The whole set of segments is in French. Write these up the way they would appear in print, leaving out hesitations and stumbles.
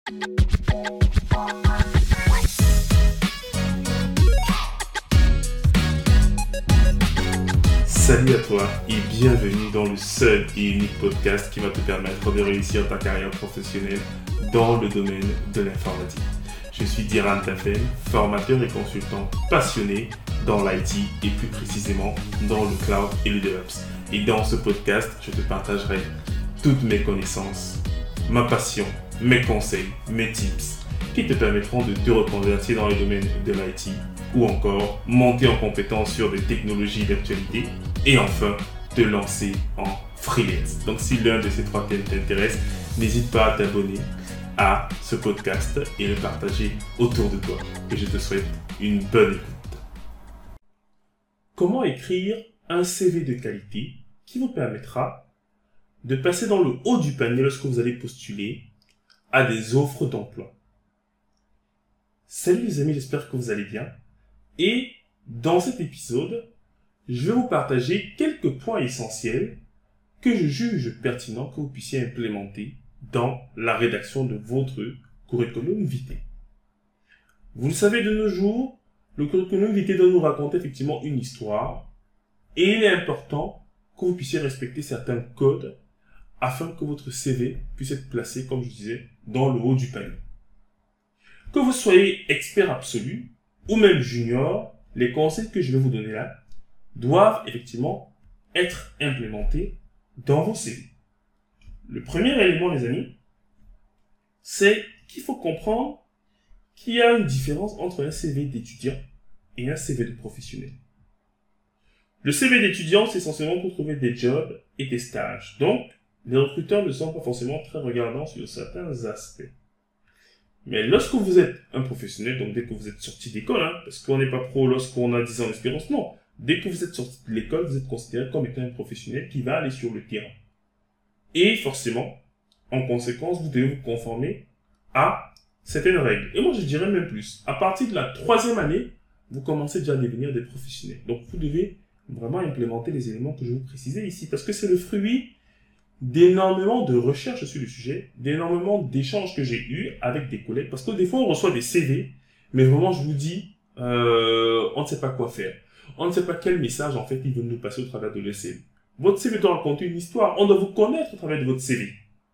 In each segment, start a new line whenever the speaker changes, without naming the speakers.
Salut à toi et bienvenue dans le seul et unique podcast qui va te permettre de réussir ta carrière professionnelle dans le domaine de l'informatique. Je suis Diran Tafel, formateur et consultant passionné dans l'IT et plus précisément dans le cloud et le DevOps. Et dans ce podcast, je te partagerai toutes mes connaissances, ma passion, mes conseils, mes tips qui te permettront de te reconvertir dans le domaine de l'IT ou encore monter en compétence sur des technologies d'actualité et enfin te lancer en freelance. Donc si l'un de ces trois thèmes t'intéresse, n'hésite pas à t'abonner à ce podcast et le partager autour de toi. Et je te souhaite une bonne écoute. Comment écrire un CV de qualité qui vous permettra de passer dans le haut du panier lorsque vous allez postuler à des offres d'emploi? Salut les amis, j'espère que vous allez bien. Et dans cet épisode, je vais vous partager quelques points essentiels que je juge pertinents que vous puissiez implémenter dans la rédaction de votre curriculum vitae. Vous le savez, de nos jours, le curriculum vitae doit nous raconter effectivement une histoire et il est important que vous puissiez respecter certains codes afin que votre CV puisse être placé, comme je disais, dans le haut du panier. Que vous soyez expert absolu ou même junior, les conseils que je vais vous donner là doivent effectivement être implémentés dans vos CV. Le premier élément, les amis, c'est qu'il faut comprendre qu'il y a une différence entre un CV d'étudiant et un CV de professionnel. Le CV d'étudiant, c'est essentiellement pour trouver des jobs et des stages. Donc, les recruteurs ne sont pas forcément très regardants sur certains aspects. Mais lorsque vous êtes un professionnel, donc dès que vous êtes sorti d'école, parce qu'on n'est pas pro lorsqu'on a 10 ans d'expérience, non. Dès que vous êtes sorti de l'école, vous êtes considéré comme étant un professionnel qui va aller sur le terrain. Et forcément, en conséquence, vous devez vous conformer à certaines règles. Et moi, je dirais même plus. À partir de la 3e année, vous commencez déjà à devenir des professionnels. Donc, vous devez vraiment implémenter les éléments que je vous précisais ici. Parce que c'est le fruit d'énormément de recherches sur le sujet, d'énormément d'échanges que j'ai eus avec des collègues. Parce que des fois, on reçoit des CV, mais vraiment, je vous dis, on ne sait pas quoi faire. On ne sait pas quel message, en fait, ils veulent nous passer au travers de le CV. Votre CV doit raconter une histoire. On doit vous connaître au travers de votre CV.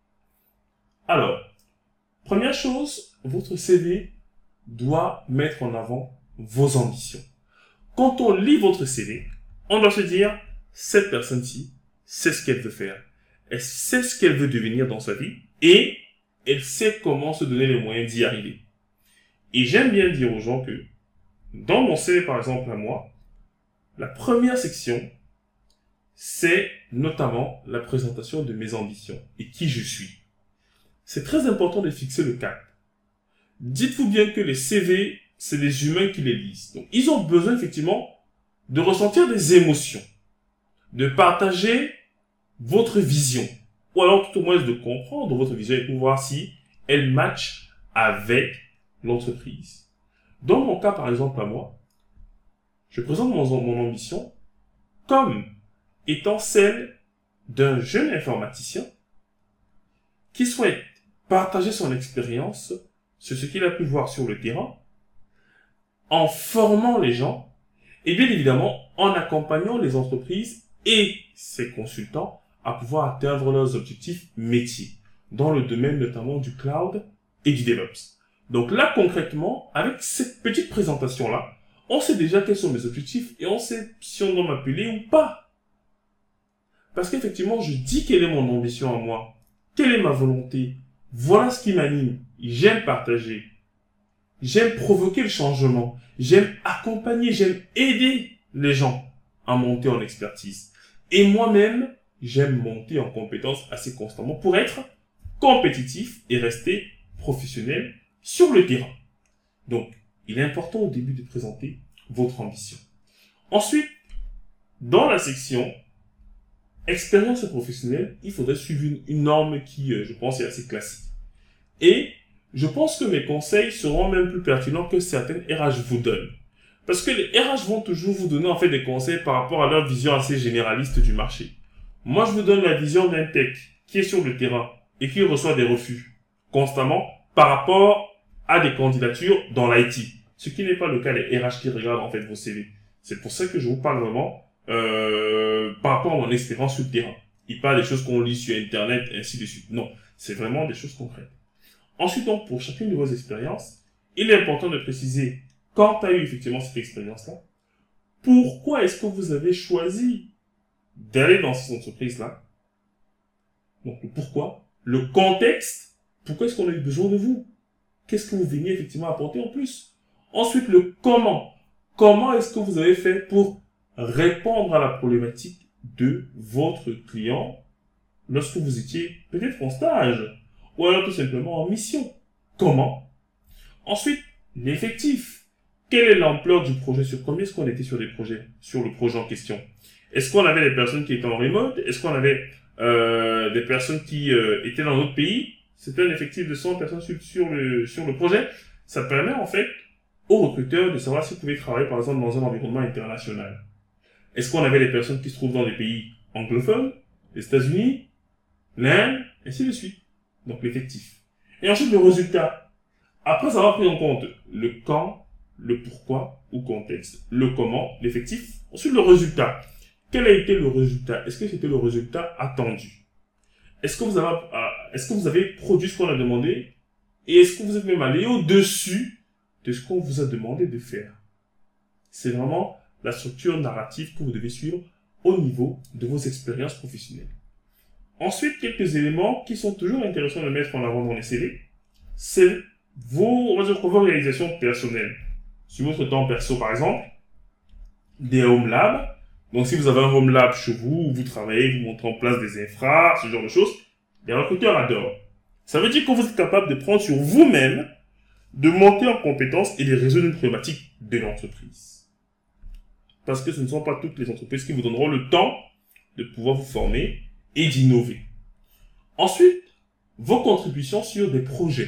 Alors, première chose, votre CV doit mettre en avant vos ambitions. Quand on lit votre CV, on doit se dire, cette personne-ci, c'est ce qu'elle veut faire. Elle sait ce qu'elle veut devenir dans sa vie et elle sait comment se donner les moyens d'y arriver. Et j'aime bien dire aux gens que, dans mon CV, par exemple, à moi, la première section, c'est notamment la présentation de mes ambitions et qui je suis. C'est très important de fixer le cap. Dites-vous bien que les CV, c'est les humains qui les lisent. Donc, ils ont besoin effectivement de ressentir des émotions, de partager votre vision, ou alors tout au moins de comprendre votre vision et pour voir si elle match avec l'entreprise. Dans mon cas, par exemple, à moi, je présente mon ambition comme étant celle d'un jeune informaticien qui souhaite partager son expérience sur ce qu'il a pu voir sur le terrain, en formant les gens et bien évidemment en accompagnant les entreprises et ses consultants à pouvoir atteindre leurs objectifs métiers dans le domaine notamment du cloud et du DevOps. Donc là, concrètement, avec cette petite présentation-là, on sait déjà quels sont mes objectifs et on sait si on doit m'appeler ou pas. Parce qu'effectivement, je dis quelle est mon ambition à moi, quelle est ma volonté, voilà ce qui m'anime. J'aime partager, j'aime provoquer le changement, j'aime accompagner, j'aime aider les gens à monter en expertise. Et moi-même, j'aime monter en compétences assez constamment pour être compétitif et rester professionnel sur le terrain. Donc, il est important au début de présenter votre ambition. Ensuite, dans la section expérience professionnelle, il faudrait suivre une norme qui, je pense, est assez classique. Et je pense que mes conseils seront même plus pertinents que certaines RH vous donnent. Parce que les RH vont toujours vous donner en fait des conseils par rapport à leur vision assez généraliste du marché. Moi, je vous donne la vision d'un tech qui est sur le terrain et qui reçoit des refus constamment par rapport à des candidatures dans l'IT. Ce qui n'est pas le cas des RH qui regardent en fait vos CV. C'est pour ça que je vous parle vraiment par rapport à mon expérience sur le terrain. Il parle des choses qu'on lit sur Internet, ainsi de suite. Non, c'est vraiment des choses concrètes. Ensuite, donc, pour chacune de vos expériences, il est important de préciser quand tu as eu effectivement cette expérience-là, pourquoi est-ce que vous avez choisi d'aller dans cette entreprise-là. Donc, le pourquoi, le contexte, pourquoi est-ce qu'on a eu besoin de vous? Qu'est-ce que vous veniez effectivement apporter en plus? Ensuite, le comment. Comment est-ce que vous avez fait pour répondre à la problématique de votre client lorsque vous étiez peut-être en stage ou alors tout simplement en mission? Comment? Ensuite, l'effectif. Quelle est l'ampleur du projet? Sur combien est-ce qu'on était sur des projets, sur le projet en question? Est-ce qu'on avait des personnes qui étaient en remote? Est-ce qu'on avait des personnes qui étaient dans d'autres pays? C'était un effectif de 100 personnes sur le projet. Ça permet en fait aux recruteurs de savoir s'ils pouvaient travailler par exemple dans un environnement international. Est-ce qu'on avait des personnes qui se trouvent dans des pays anglophones, les États-Unis, l'Inde, ainsi de suite. Donc l'effectif. Et ensuite le résultat. Après avoir pris en compte le quand, le pourquoi ou contexte, le comment, l'effectif, ensuite le résultat. Quel a été le résultat? Est-ce que c'était le résultat attendu? Est-ce que vous avez produit ce qu'on a demandé? Et est-ce que vous êtes même allé au-dessus de ce qu'on vous a demandé de faire? C'est vraiment la structure narrative que vous devez suivre au niveau de vos expériences professionnelles. Ensuite, quelques éléments qui sont toujours intéressants de mettre en avant dans les CV, c'est vos réalisations personnelles. Sur votre temps perso, par exemple, des home labs. Donc, si vous avez un home lab chez vous, où vous travaillez, vous montrez en place des infras, ce genre de choses, les recruteurs adorent. Ça veut dire que vous êtes capable de prendre sur vous-même, de monter en compétences et de résoudre une problématique de l'entreprise. Parce que ce ne sont pas toutes les entreprises qui vous donneront le temps de pouvoir vous former et d'innover. Ensuite, vos contributions sur des projets.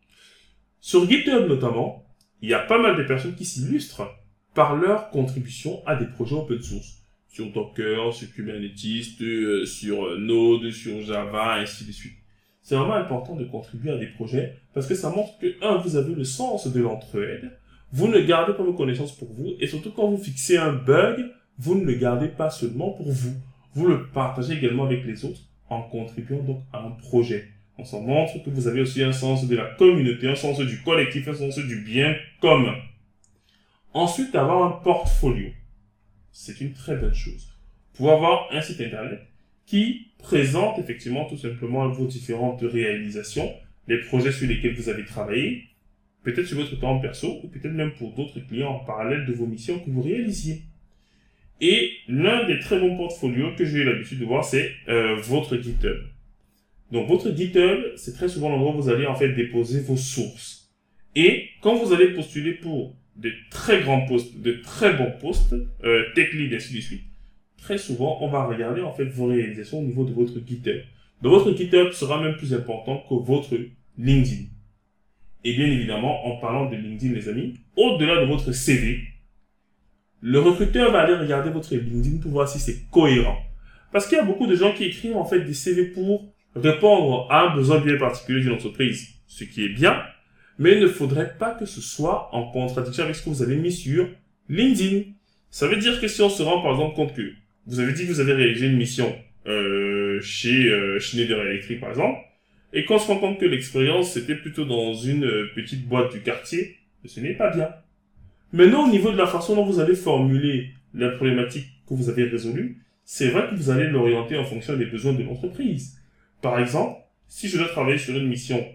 Sur GitHub notamment, il y a pas mal de personnes qui s'illustrent par leur contribution à des projets open source. Sur Docker, sur Kubernetes, sur Node, sur Java, ainsi de suite. C'est vraiment important de contribuer à des projets parce que ça montre que, vous avez le sens de l'entraide, vous ne gardez pas vos connaissances pour vous et surtout quand vous fixez un bug, vous ne le gardez pas seulement pour vous. Vous le partagez également avec les autres en contribuant donc à un projet. On s'en montre que vous avez aussi un sens de la communauté, un sens du collectif, un sens du bien commun. Ensuite, avoir un portfolio. C'est une très bonne chose. Pour avoir un site internet qui présente effectivement tout simplement vos différentes réalisations, les projets sur lesquels vous avez travaillé, peut-être sur votre temps perso ou peut-être même pour d'autres clients en parallèle de vos missions que vous réalisiez. Et l'un des très bons portfolios que j'ai eu l'habitude de voir, c'est votre GitHub. Donc votre GitHub, c'est très souvent l'endroit où vous allez en fait déposer vos sources. Et quand vous allez postuler pour de très grands postes, de très bons postes, tech lead, ainsi de suite, très souvent, on va regarder en fait vos réalisations au niveau de votre GitHub. Donc votre GitHub sera même plus important que votre LinkedIn. Et bien évidemment, en parlant de LinkedIn, les amis, au-delà de votre CV, le recruteur va aller regarder votre LinkedIn pour voir si c'est cohérent. Parce qu'il y a beaucoup de gens qui écrivent en fait des CV pour répondre à un besoin bien particulier d'une entreprise, ce qui est bien, mais il ne faudrait pas que ce soit en contradiction avec ce que vous avez mis sur LinkedIn. Ça veut dire que si on se rend par exemple compte que vous avez dit que vous avez réalisé une mission chez Schneider Electric par exemple, et qu'on se rend compte que l'expérience c'était plutôt dans une petite boîte du quartier, ce n'est pas bien. Maintenant, au niveau de la façon dont vous allez formuler la problématique que vous avez résolue, c'est vrai que vous allez l'orienter en fonction des besoins de l'entreprise. Par exemple, si je dois travailler sur une mission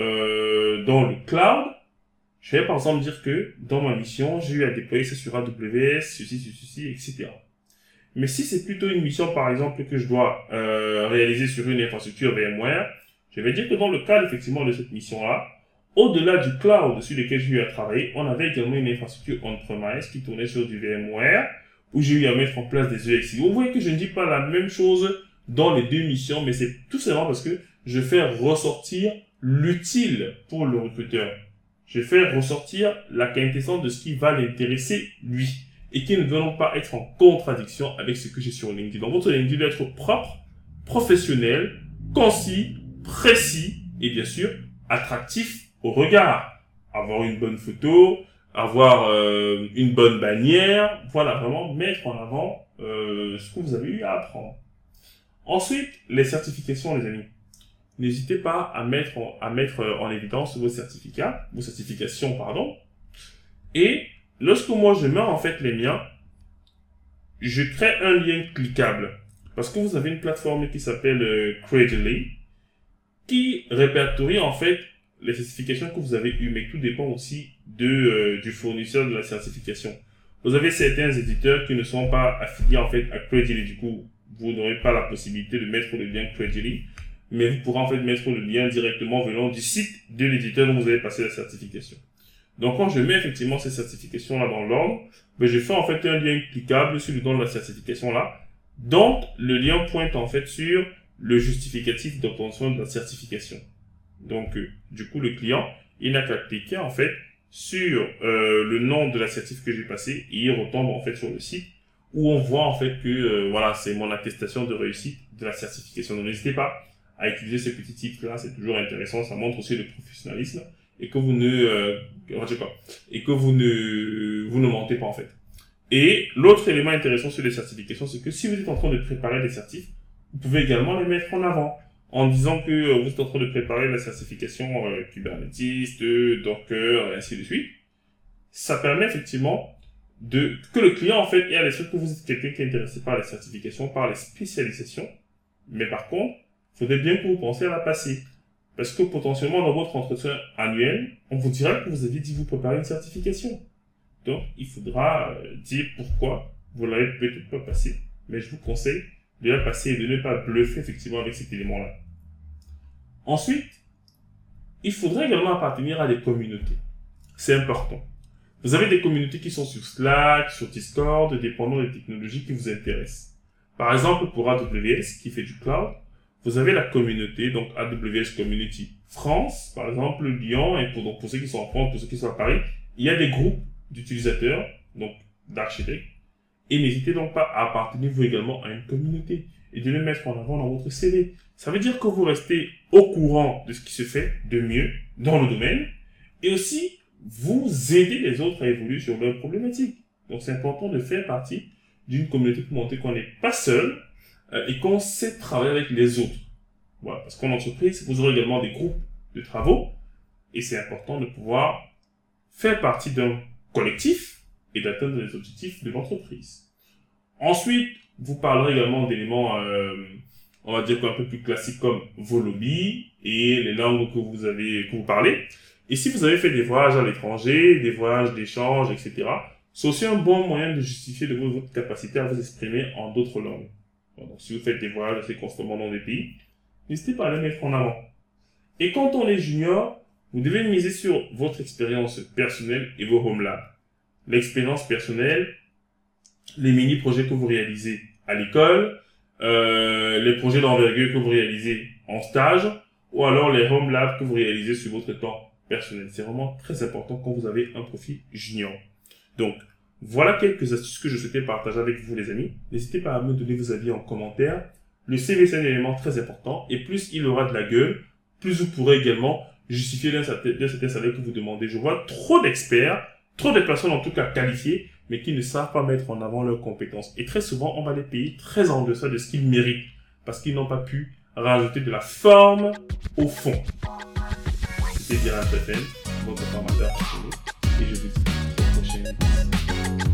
dans le cloud, je vais par exemple dire que dans ma mission, j'ai eu à déployer ça sur AWS, ceci, etc. Mais si c'est plutôt une mission, par exemple, que je dois réaliser sur une infrastructure VMware, je vais dire que dans le cadre effectivement de cette mission-là, au-delà du cloud sur lequel j'ai eu à travailler, on avait également une infrastructure on-premise qui tournait sur du VMware, où j'ai eu à mettre en place des EXI. Vous voyez que je ne dis pas la même chose dans les deux missions, mais c'est tout simplement parce que je fais ressortir l'utile pour le recruteur. Je fais ressortir la quintessence de ce qui va l'intéresser lui et qui ne doit donc pas être en contradiction avec ce que j'ai sur LinkedIn. Donc votre LinkedIn doit être propre, professionnel, concis, précis et bien sûr attractif au regard. Avoir une bonne photo, avoir une bonne bannière, voilà, vraiment mettre en avant ce que vous avez eu à apprendre. Ensuite, les certifications, les amis. N'hésitez pas à mettre en évidence vos certifications, pardon. Et lorsque moi je mets en fait les miens, je crée un lien cliquable. Parce que vous avez une plateforme qui s'appelle Credly, qui répertorie en fait les certifications que vous avez eues, mais tout dépend aussi du fournisseur de la certification. Vous avez certains éditeurs qui ne sont pas affiliés en fait à Credly, du coup, vous n'aurez pas la possibilité de mettre le lien Credly, mais vous pourrez en fait mettre le lien directement venant du site de l'éditeur dont vous avez passé la certification. Donc quand je mets effectivement ces certifications-là dans l'ordre, ben, je fais en fait un lien cliquable sur le nom de la certification-là, dont le lien pointe en fait sur le justificatif d'obtention de la certification. Donc du coup le client, il n'a qu'à cliquer en fait sur le nom de la certif que j'ai passé et il retombe en fait sur le site où on voit en fait que voilà, c'est mon attestation de réussite de la certification. Donc n'hésitez pas à utiliser ces petits titres-là, c'est toujours intéressant, ça montre aussi le professionnalisme et que vous ne vous ne mentez pas en fait. Et l'autre élément intéressant sur les certifications, c'est que si vous êtes en train de préparer des certifs, vous pouvez également les mettre en avant en disant que vous êtes en train de préparer la certification Kubernetes, Docker, et ainsi de suite. Ça permet effectivement que le client en fait ait à l'esprit que vous êtes quelqu'un qui est intéressé par les certifications, par les spécialisations, mais par contre, il faudrait bien que vous pensiez à la passer. Parce que potentiellement, dans votre entretien annuel, on vous dira que vous aviez dit vous préparer une certification. Donc, il faudra dire pourquoi vous l'avez peut-être pas passé. Mais je vous conseille de la passer et de ne pas bluffer effectivement avec cet élément-là. Ensuite, il faudrait également appartenir à des communautés. C'est important. Vous avez des communautés qui sont sur Slack, sur Discord, dépendant des technologies qui vous intéressent. Par exemple, pour AWS, qui fait du cloud, vous avez la communauté, donc AWS Community France, par exemple, Lyon, et pour ceux qui sont en France, pour ceux qui sont à Paris, il y a des groupes d'utilisateurs, donc d'architectes, et n'hésitez donc pas à appartenir vous également à une communauté et de le mettre en avant dans votre CV. Ça veut dire que vous restez au courant de ce qui se fait de mieux dans le domaine et aussi vous aidez les autres à évoluer sur leurs problématiques. Donc c'est important de faire partie d'une communauté pour montrer qu'on n'est pas seul et qu'on sait travailler avec les autres. Voilà, parce qu'en entreprise, vous aurez également des groupes de travaux et c'est important de pouvoir faire partie d'un collectif et d'atteindre les objectifs de l'entreprise. Ensuite, vous parlerez également d'éléments, on va dire un peu plus classiques comme vos lobbies et les langues que vous parlez. Et si vous avez fait des voyages à l'étranger, des voyages d'échange, etc., c'est aussi un bon moyen de justifier de votre capacité à vous exprimer en d'autres langues. Donc, si vous faites des voyages assez constamment dans des pays, n'hésitez pas à les mettre en avant. Et quand on est junior, vous devez miser sur votre expérience personnelle et vos home labs. L'expérience personnelle, les mini-projets que vous réalisez à l'école, les projets d'envergure que vous réalisez en stage, ou alors les home labs que vous réalisez sur votre temps personnel. C'est vraiment très important quand vous avez un profil junior. Donc, voilà quelques astuces que je souhaitais partager avec vous, les amis. N'hésitez pas à me donner vos avis en commentaire. Le CV, c'est un élément très important. Et plus il aura de la gueule, plus vous pourrez également justifier d'un certain salaire que vous demandez. Je vois trop d'experts, trop de personnes en tout cas qualifiées, mais qui ne savent pas mettre en avant leurs compétences. Et très souvent, on va les payer très en deçà de ce qu'ils méritent, parce qu'ils n'ont pas pu rajouter de la forme au fond. C'était Diran Pefen, votre formateur passionné, et je vous dis à la prochaine.